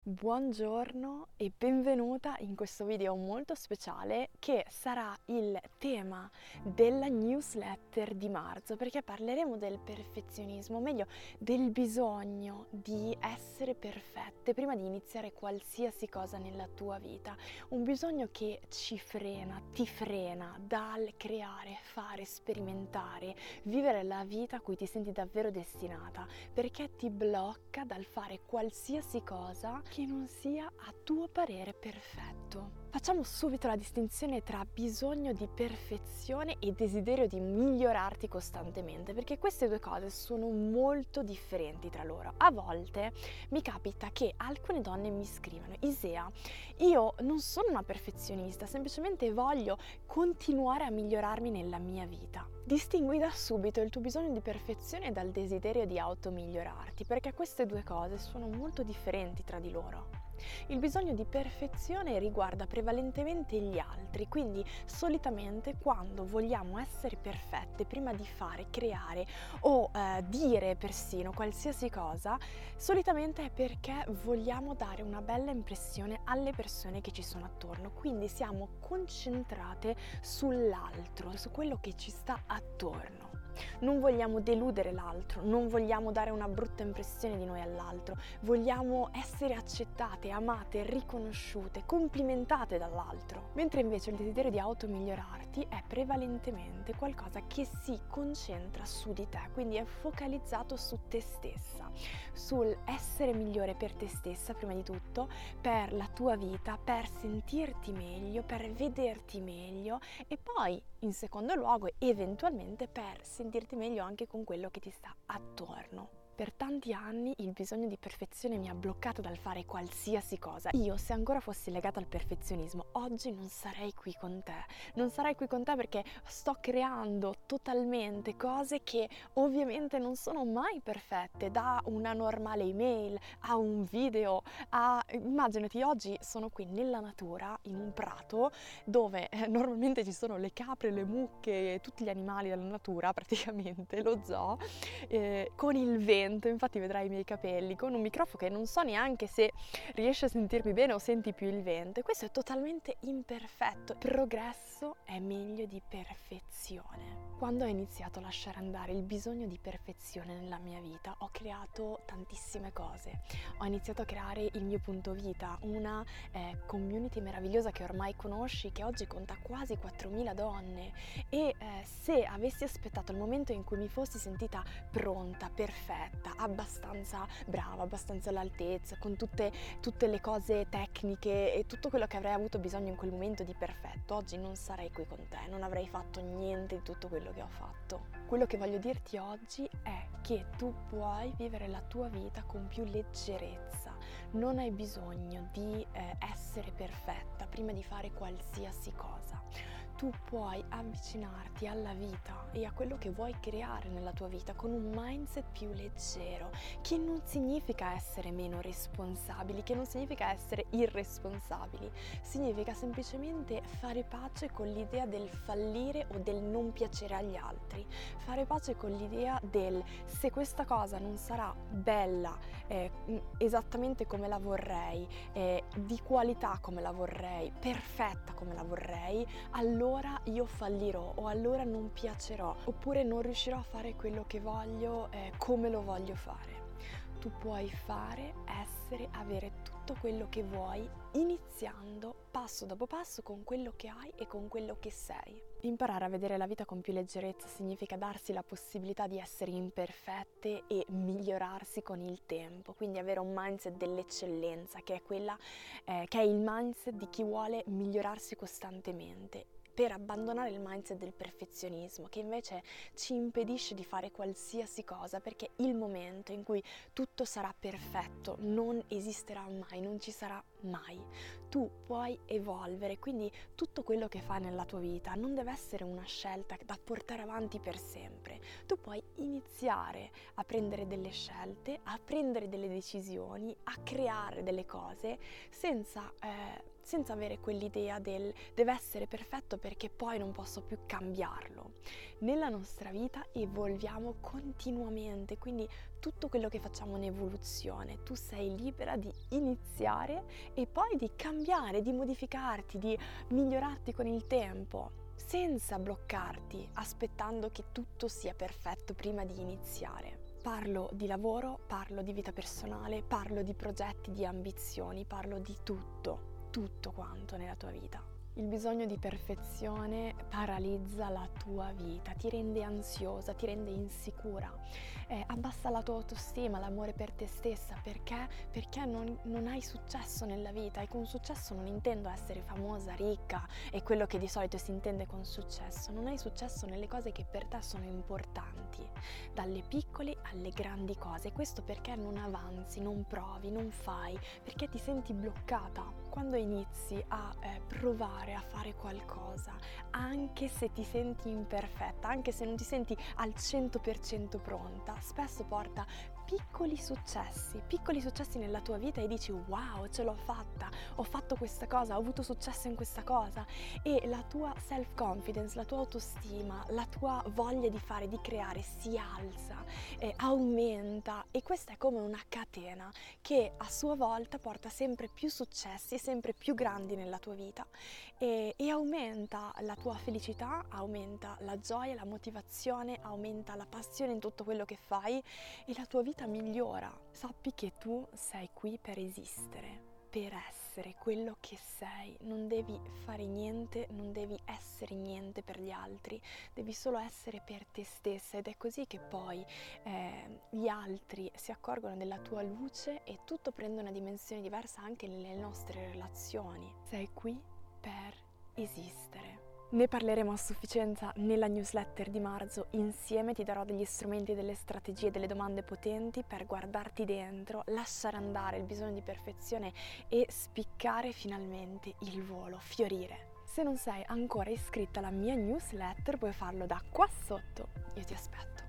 Buongiorno e benvenuta in questo video molto speciale che sarà il tema della newsletter di marzo, perché parleremo del perfezionismo, o meglio del bisogno di essere perfette prima di iniziare qualsiasi cosa nella tua vita, un bisogno che ci frena, ti frena dal creare, fare, sperimentare, vivere la vita a cui ti senti davvero destinata, perché ti blocca dal fare qualsiasi cosa che non sia a tuo parere perfetto. Facciamo subito la distinzione tra bisogno di perfezione e desiderio di migliorarti costantemente, perché queste due cose sono molto differenti tra loro. A volte mi capita che alcune donne mi scrivono: Isea, io non sono una perfezionista, semplicemente voglio continuare a migliorarmi nella mia vita. Distingui da subito il tuo bisogno di perfezione dal desiderio di automigliorarti, perché queste due cose sono molto differenti tra di loro. Il bisogno di perfezione riguarda prevalentemente gli altri, quindi solitamente quando vogliamo essere perfette prima di fare, creare o dire persino qualsiasi cosa, solitamente è perché vogliamo dare una bella impressione alle persone che ci sono attorno, quindi siamo concentrate sull'altro, su quello che ci sta attorno. Non vogliamo deludere l'altro, non vogliamo dare una brutta impressione di noi all'altro, vogliamo essere accettate, amate, riconosciute, complimentate dall'altro. Mentre invece il desiderio di automigliorarti è prevalentemente qualcosa che si concentra su di te, quindi è focalizzato su te stessa, sul essere migliore per te stessa prima di tutto, per la tua vita, per sentirti meglio, per vederti meglio e poi in secondo luogo eventualmente per sentirti meglio anche con quello che ti sta attorno. Per tanti anni il bisogno di perfezione mi ha bloccata dal fare qualsiasi cosa. Io, se ancora fossi legata al perfezionismo, oggi non sarei qui con te. Non sarei qui con te perché sto creando totalmente cose che ovviamente non sono mai perfette, da una normale email a un video, a... Immaginati, oggi sono qui nella natura, in un prato, dove normalmente ci sono le capre, le mucche, tutti gli animali della natura, praticamente, lo zoo, con il vento, infatti vedrai i miei capelli, con un microfono che non so neanche se riesci a sentirmi bene o senti più il vento, e questo è totalmente imperfetto. Progresso è meglio di perfezione. Quando ho iniziato a lasciare andare il bisogno di perfezione nella mia vita, ho creato tantissime cose. Ho iniziato a creare il mio punto vita, una community meravigliosa che ormai conosci, che oggi conta quasi 4.000 donne, e se avessi aspettato il momento in cui mi fossi sentita pronta, perfetta, abbastanza brava, abbastanza all'altezza, con tutte le cose tecniche e tutto quello che avrei avuto bisogno in quel momento di perfetto, oggi non sarei qui con te, non avrei fatto niente di tutto quello che ho fatto. Quello che voglio dirti oggi è che tu puoi vivere la tua vita con più leggerezza, non hai bisogno di essere perfetta prima di fare qualsiasi cosa. Tu puoi avvicinarti alla vita e a quello che vuoi creare nella tua vita con un mindset più leggero, che non significa essere meno responsabili, che non significa essere irresponsabili, significa semplicemente fare pace con l'idea del fallire o del non piacere agli altri, fare pace con l'idea del se questa cosa non sarà bella esattamente come la vorrei, di qualità come la vorrei, perfetta come la vorrei, allora io fallirò o allora non piacerò oppure non riuscirò a fare quello che voglio come lo voglio fare. Tu puoi fare, essere, avere tutto quello che vuoi iniziando passo dopo passo con quello che hai e con quello che sei. Imparare a vedere la vita con più leggerezza significa darsi la possibilità di essere imperfette e migliorarsi con il tempo, quindi avere un mindset dell'eccellenza, che è quella che è il mindset di chi vuole migliorarsi costantemente, per abbandonare il mindset del perfezionismo, che invece ci impedisce di fare qualsiasi cosa, perché il momento in cui tutto sarà perfetto non esisterà mai, non ci sarà mai. Tu puoi evolvere, quindi tutto quello che fai nella tua vita non deve essere una scelta da portare avanti per sempre. Tu puoi iniziare a prendere delle scelte, a prendere delle decisioni, a creare delle cose senza senza avere quell'idea del deve essere perfetto perché poi non posso più cambiarlo. Nella nostra vita evolviamo continuamente, quindi tutto quello che facciamo è un'evoluzione. Tu sei libera di iniziare e poi di cambiare, di modificarti, di migliorarti con il tempo, senza bloccarti aspettando che tutto sia perfetto prima di iniziare. Parlo di lavoro, parlo di vita personale, parlo di progetti, di ambizioni, parlo di tutto quanto nella tua vita. Il bisogno di perfezione paralizza la tua vita, ti rende ansiosa, ti rende insicura, abbassa la tua autostima, l'amore per te stessa. Perché? Perché non hai successo nella vita, e con successo non intendo essere famosa, ricca e quello che di solito si intende con successo. Non hai successo nelle cose che per te sono importanti, dalle piccole alle grandi cose. Questo perché non avanzi, non provi, non fai, perché ti senti bloccata. Quando inizi a provare a fare qualcosa, anche se ti senti imperfetta, anche se non ti senti al 100% pronta, spesso porta piccoli successi nella tua vita, e dici wow, ce l'ho fatta, ho fatto questa cosa, ho avuto successo in questa cosa, e la tua self-confidence, la tua autostima, la tua voglia di fare, di creare si alza, aumenta, e questa è come una catena che a sua volta porta sempre più successi, sempre più grandi nella tua vita, e aumenta la tua felicità, aumenta la gioia, la motivazione, aumenta la passione in tutto quello che fai, e la tua vita migliora. Sappi che tu sei qui per esistere, per essere quello che sei. Non devi fare niente, non devi essere niente per gli altri, devi solo essere per te stessa, ed è così che poi gli altri si accorgono della tua luce e tutto prende una dimensione diversa anche nelle nostre relazioni. Sei qui per esistere. Ne parleremo a sufficienza nella newsletter di marzo insieme, ti darò degli strumenti, delle strategie, delle domande potenti per guardarti dentro, lasciare andare il bisogno di perfezione e spiccare finalmente il volo, fiorire. Se non sei ancora iscritta alla mia newsletter puoi farlo da qua sotto, io ti aspetto.